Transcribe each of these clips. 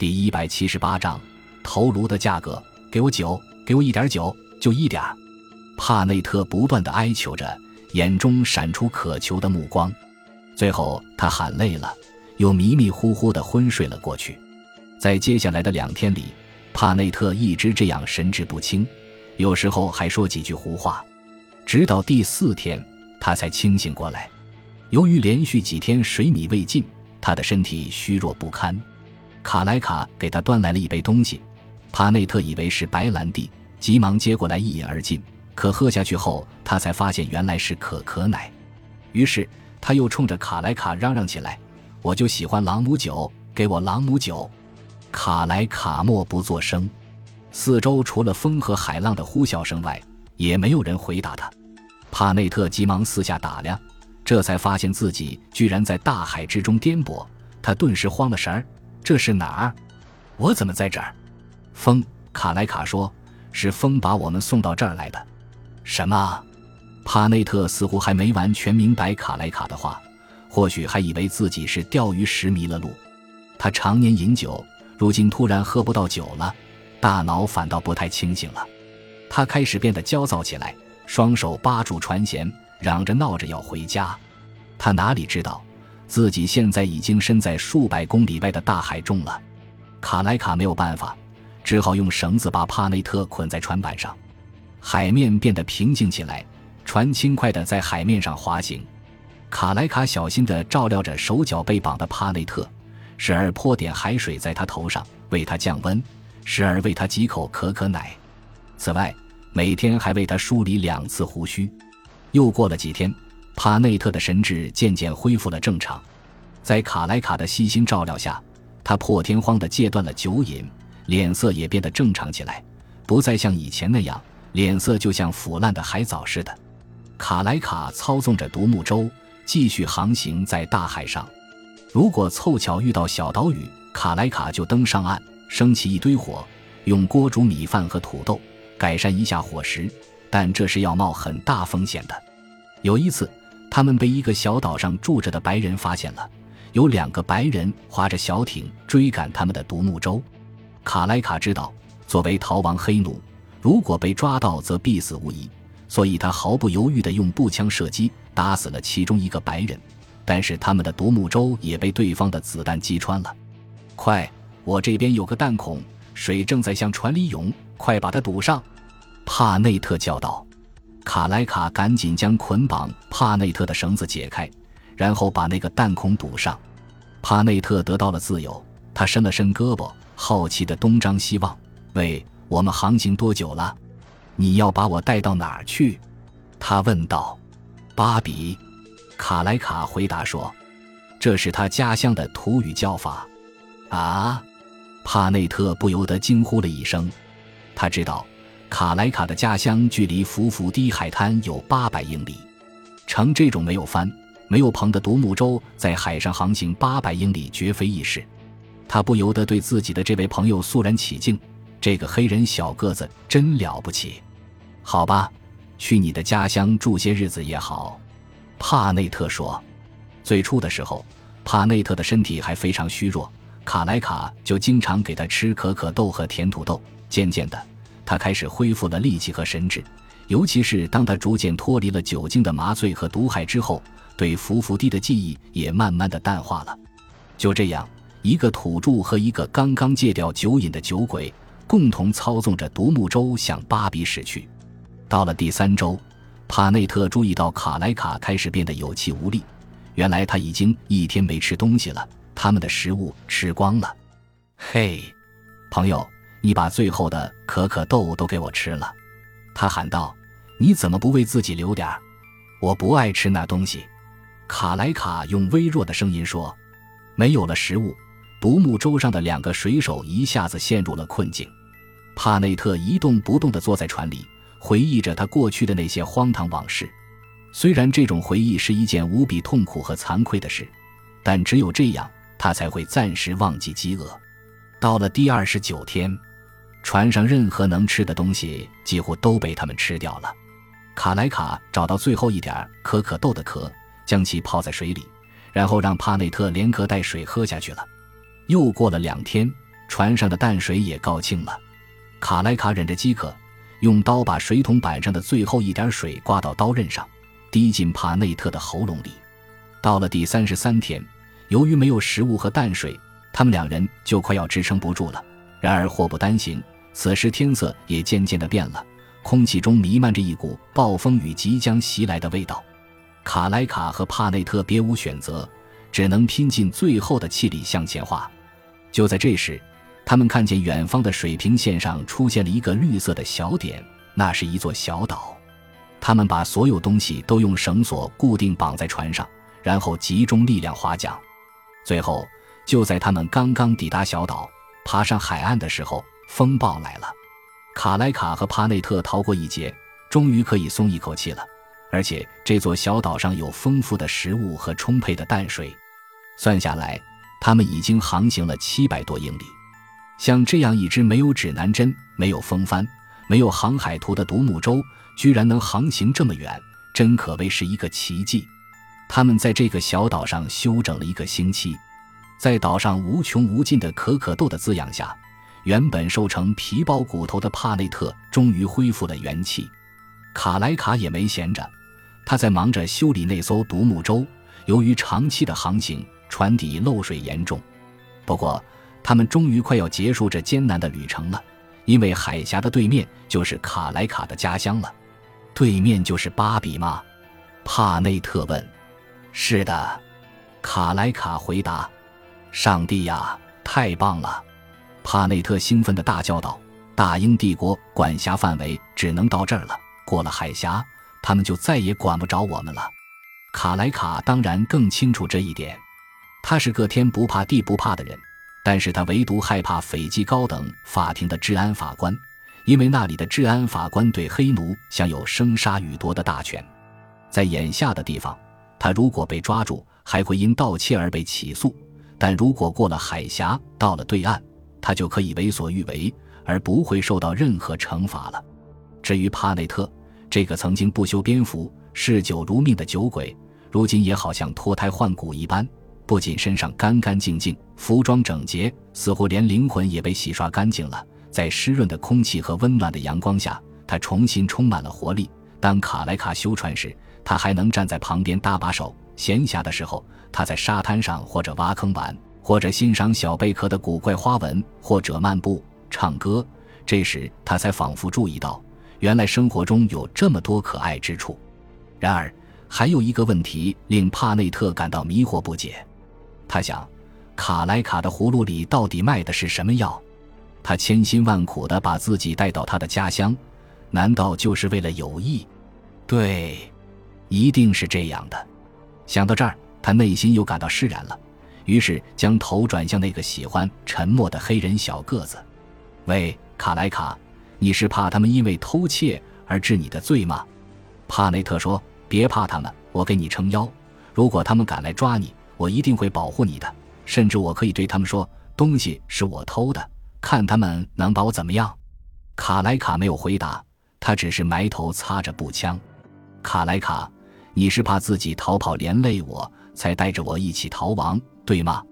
第178章，头颅的价格，给我酒，给我一点酒，就一点。帕内特不断地哀求着，眼中闪出渴求的目光。最后他喊累了，又迷迷糊糊地昏睡了过去。在接下来的2天里，帕内特一直这样神志不清，有时候还说几句胡话。直到第4天，他才清醒过来。由于连续几天水米未进，他的身体虚弱不堪。卡莱卡给他端来了一杯东西，帕内特以为是白兰地，急忙接过来一饮而尽。可喝下去后，他才发现原来是可奶。于是他又冲着卡莱卡嚷嚷起来：“我就喜欢朗姆酒，给我朗姆酒！”卡莱卡默不作声，四周除了风和海浪的呼啸声外，也没有人回答他。帕内特急忙四下打量，这才发现自己居然在大海之中颠簸。他顿时慌了神儿，这是哪儿？我怎么在这儿？风，卡莱卡说，是风把我们送到这儿来的。什么？帕内特似乎还没完全明白卡莱卡的话，或许还以为自己是钓鱼时迷了路。他常年饮酒，如今突然喝不到酒了，大脑反倒不太清醒了。他开始变得焦躁起来，双手扒住船舷，嚷着闹着要回家。他哪里知道自己现在已经身在数百公里外的大海中了。卡莱卡没有办法，只好用绳子把帕内特捆在船板上。海面变得平静起来，船轻快地在海面上滑行。卡莱卡小心地照料着手脚被绑的帕内特，时而泼点海水在他头上为他降温，时而喂他几口可奶。此外，每天还为他梳理2次胡须。又过了几天，帕内特的神智渐渐恢复了正常。在卡莱卡的细心照料下，他破天荒地戒断了酒瘾，脸色也变得正常起来，不再像以前那样，脸色就像腐烂的海藻似的。卡莱卡操纵着独木舟继续航行在大海上。如果凑巧遇到小岛屿，卡莱卡就登上岸，升起一堆火，用锅煮米饭和土豆，改善一下伙食，但这是要冒很大风险的。有一次，他们被一个小岛上住着的白人发现了，有2个白人划着小艇追赶他们的独木舟。卡莱卡知道，作为逃亡黑奴，如果被抓到则必死无疑，所以他毫不犹豫地用步枪射击打死了其中1个白人，但是他们的独木舟也被对方的子弹击穿了。快，我这边有个弹孔，水正在向船里涌，快把它堵上！帕内特叫道。卡莱卡赶紧将捆绑帕内特的绳子解开，然后把那个弹孔堵上。帕内特得到了自由，他伸了伸胳膊，好奇地东张西望。喂，我们航行多久了？你要把我带到哪儿去？他问道。巴比，卡莱卡回答说，这是他家乡的土语叫法。啊！帕内特不由得惊呼了一声。他知道卡莱卡的家乡距离福福堤海滩有800英里，乘这种没有帆没有篷的独木舟在海上航行800英里绝非易事。他不由得对自己的这位朋友肃然起敬，这个黑人小个子真了不起。好吧，去你的家乡住些日子也好，帕内特说。最初的时候，帕内特的身体还非常虚弱，卡莱卡就经常给他吃可豆和甜土豆。渐渐的，他开始恢复了力气和神智，尤其是当他逐渐脱离了酒精的麻醉和毒害之后，对福福堤的记忆也慢慢的淡化了。就这样，一个土著和一个刚刚戒掉酒瘾的酒鬼共同操纵着独木舟向巴比驶去。到了第3周，帕内特注意到卡莱卡开始变得有气无力，原来他已经1天没吃东西了，他们的食物吃光了。嘿，朋友，你把最后的可豆都给我吃了，他喊道。你怎么不为自己留点？我不爱吃那东西，卡莱卡用微弱的声音说。没有了食物，独木舟上的2个水手一下子陷入了困境。帕内特一动不动地坐在船里，回忆着他过去的那些荒唐往事。虽然这种回忆是一件无比痛苦和惭愧的事，但只有这样，他才会暂时忘记饥饿。到了第29天，船上任何能吃的东西几乎都被他们吃掉了。卡莱卡找到最后一点可豆的壳，将其泡在水里，然后让帕内特连壳带水喝下去了。又过了2天， 船上的淡水也告罄了。卡莱卡忍着饥渴，用刀把水桶板上的最后一点水刮到刀刃上，滴进帕内特的喉咙里。到了第33天，由于没有食物和淡水，他们两人就快要支撑不住了。然而祸不单行，此时天色也渐渐地变了，空气中弥漫着一股暴风雨即将袭来的味道。卡莱卡和帕内特别无选择，只能拼尽最后的气力向前划。就在这时，他们看见远方的水平线上出现了一个绿色的小点，那是一座小岛。他们把所有东西都用绳索固定绑在船上，然后集中力量划桨。最后，就在他们刚刚抵达小岛，爬上海岸的时候，风暴来了。卡莱卡和帕内特逃过一劫，终于可以松一口气了。而且这座小岛上有丰富的食物和充沛的淡水，算下来，他们已经航行了700多英里。像这样一只没有指南针、没有风帆、没有航海图的独木舟，居然能航行这么远，真可谓是一个奇迹。他们在这个小岛上休整了1个星期，在岛上无穷无尽的可可豆的滋养下，原本瘦成皮包骨头的帕内特终于恢复了元气。卡莱卡也没闲着，他在忙着修理那艘独木舟。由于长期的航行，船底漏水严重。不过他们终于快要结束这艰难的旅程了，因为海峡的对面就是卡莱卡的家乡了。对面就是巴比吗？帕内特问。是的，卡莱卡回答。上帝呀，太棒了！帕内特兴奋地大叫道，大英帝国管辖范围只能到这儿了，过了海峡，他们就再也管不着我们了。卡莱卡当然更清楚这一点，他是个天不怕地不怕的人，但是他唯独害怕斐济高等法庭的治安法官，因为那里的治安法官对黑奴享有生杀予夺的大权。在眼下的地方，他如果被抓住，还会因盗窃而被起诉，但如果过了海峡，到了对岸，他就可以为所欲为，而不会受到任何惩罚了。至于帕内特，这个曾经不修边幅、嗜酒如命的酒鬼，如今也好像脱胎换骨一般，不仅身上干干净净，服装整洁，似乎连灵魂也被洗刷干净了。在湿润的空气和温暖的阳光下，他重新充满了活力。当卡莱卡修船时，他还能站在旁边搭把手，闲暇的时候，他在沙滩上或者挖坑玩，或者欣赏小贝壳的古怪花纹，或者漫步、唱歌。这时他才仿佛注意到，原来生活中有这么多可爱之处。然而还有一个问题令帕内特感到迷惑不解。他想，卡莱卡的葫芦里到底卖的是什么药？他千辛万苦地把自己带到他的家乡，难道就是为了友谊？对，一定是这样的。想到这儿，他内心又感到释然了，于是将头转向那个喜欢沉默的黑人小个子。喂，卡莱卡，你是怕他们因为偷窃而治你的罪吗？帕内特说，别怕他们，我给你撑腰，如果他们敢来抓你，我一定会保护你的，甚至我可以对他们说，东西是我偷的，看他们能把我怎么样。卡莱卡没有回答，他只是埋头擦着步枪。卡莱卡，你是怕自己逃跑连累我，才带着我一起逃亡，对吗？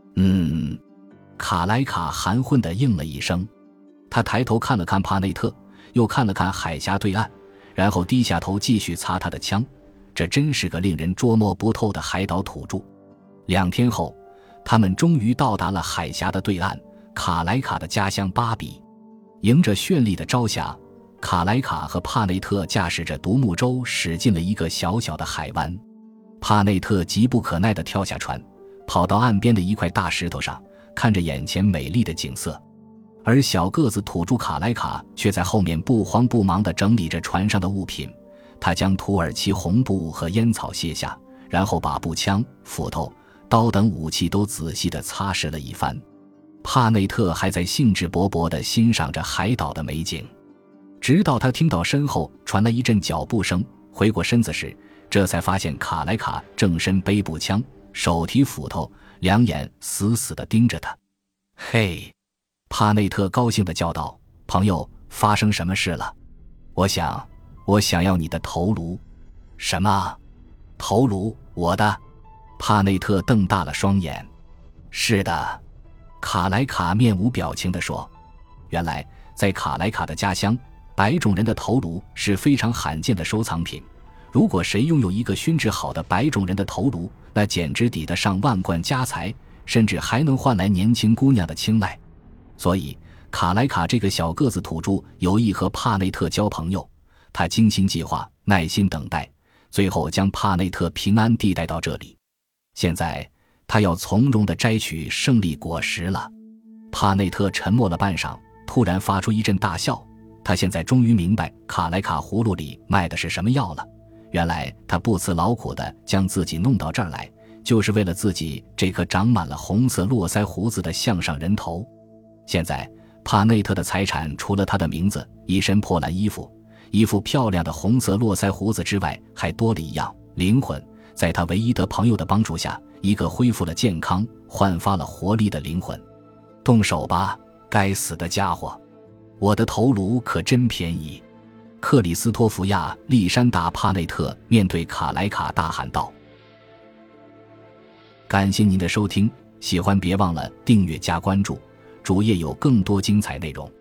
卡莱卡含混地应了一声。他抬头看了看帕内特，又看了看海峡对岸，然后低下头继续擦他的枪。这真是个令人捉摸不透的海岛土著。2天后，他们终于到达了海峡的对岸，卡莱卡的家乡巴比。迎着绚丽的朝霞，卡莱卡和帕内特驾驶着独木舟驶进了一个小小的海湾。帕内特急不可耐地跳下船，跑到岸边的一块大石头上，看着眼前美丽的景色。而小个子土著卡莱卡却在后面不慌不忙地整理着船上的物品。他将土耳其红布和烟草卸下，然后把步枪、斧头、刀等武器都仔细地擦拭了一番。帕内特还在兴致勃勃地欣赏着海岛的美景，直到他听到身后传来一阵脚步声，回过身子时，这才发现卡莱卡正身背步枪，手提斧头，两眼死死地盯着他。嘿，帕内特高兴地叫道，朋友，发生什么事了？我想要你的头颅。什么？头颅？我的？帕内特瞪大了双眼。是的， 卡莱卡面无表情地说。原来在卡莱卡的家乡，白种人的头颅是非常罕见的收藏品，如果谁拥有一个熏制好的白种人的头颅，那简直抵得上万贯家财，甚至还能换来年轻姑娘的青睐。所以卡莱卡这个小个子土著有意和帕内特交朋友，他精心计划，耐心等待，最后将帕内特平安地带到这里。现在他要从容地摘取胜利果实了。帕内特沉默了半晌，突然发出一阵大笑。他现在终于明白卡莱卡葫芦里卖的是什么药了。原来他不辞劳苦地将自己弄到这儿来，就是为了自己这颗长满了红色络腮胡子的项上人头。现在帕内特的财产除了他的名字、一身破烂衣服、一副漂亮的红色络腮胡子之外，还多了一样灵魂。在他唯一的朋友的帮助下，一个恢复了健康、焕发了活力的灵魂。动手吧，该死的家伙！我的头颅可真便宜。克里斯托弗亚·利山达·帕内特面对卡莱卡大喊道。感谢您的收听，喜欢别忘了订阅加关注，主页有更多精彩内容。